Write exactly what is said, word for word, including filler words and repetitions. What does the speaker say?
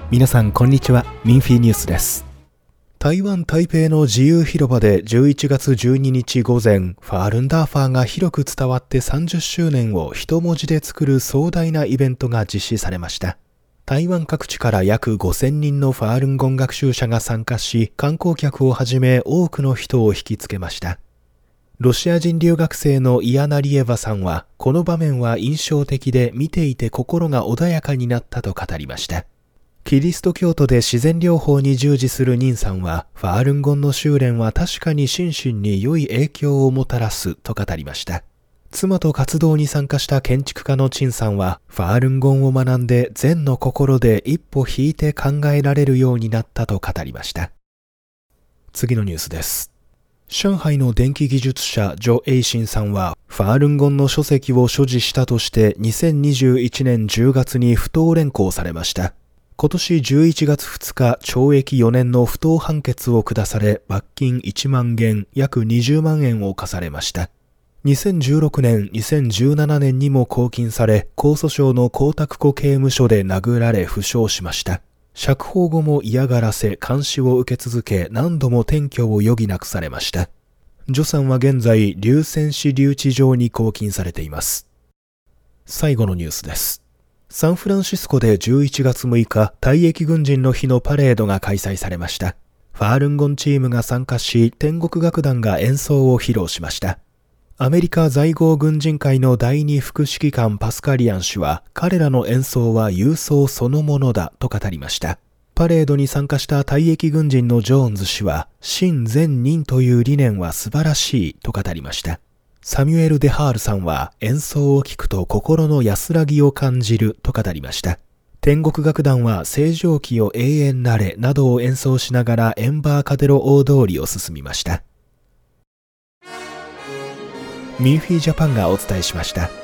皆さんこんにちは。ミンフィーニュースです。台湾台北の自由広場でじゅういちがつじゅうににち午前、ファールンダーファーが広く伝わってさんじゅっしゅうねんを一文字で作る壮大なイベントが実施されました。台湾各地から約ごせんにんのファールンゴン学習者が参加し、観光客をはじめ多くの人を引きつけました。ロシア人留学生のイアナ・リエヴァさんは、この場面は印象的で見ていて心が穏やかになったと語りました。キリスト教徒で自然療法に従事するニンさんは、ファールンゴンの修練は確かに心身に良い影響をもたらすと語りました。妻と活動に参加した建築家のチンさんは、ファールンゴンを学んで禅の心で一歩引いて考えられるようになったと語りました。次のニュースです。上海の電気技術者ジョ・エイシンさんは、ファールンゴンの書籍を所持したとしてにせんにじゅういちねんじゅうがつに不当連行されました。今年じゅういちがつふつか、懲役よねんの不当判決を下され、罰金いちまんげん、約にじゅうまんえんを課されました。にせんじゅうろくねん、にせんじゅうななねんにも拘禁され、江蘇省の江沢湖刑務所で殴られ負傷しました。釈放後も嫌がらせ、監視を受け続け、何度も転居を余儀なくされました。ジョさんは現在、竜泉市留置場に拘禁されています。最後のニュースです。サンフランシスコでじゅういちがつむいか、退役軍人の日のパレードが開催されました。ファールンゴンチームが参加し、天国楽団が演奏を披露しました。アメリカ在郷軍人会の第二副指揮官パスカリアン氏は、彼らの演奏は勇壮そのものだと語りました。パレードに参加した退役軍人のジョーンズ氏は、真善人という理念は素晴らしいと語りました。サミュエル・デハールさんは、演奏を聴くと心の安らぎを感じると語りました。天国楽団は星条旗を永遠なれなどを演奏しながらエンバーカデロ大通りを進みました。ミンフィージャパンがお伝えしました。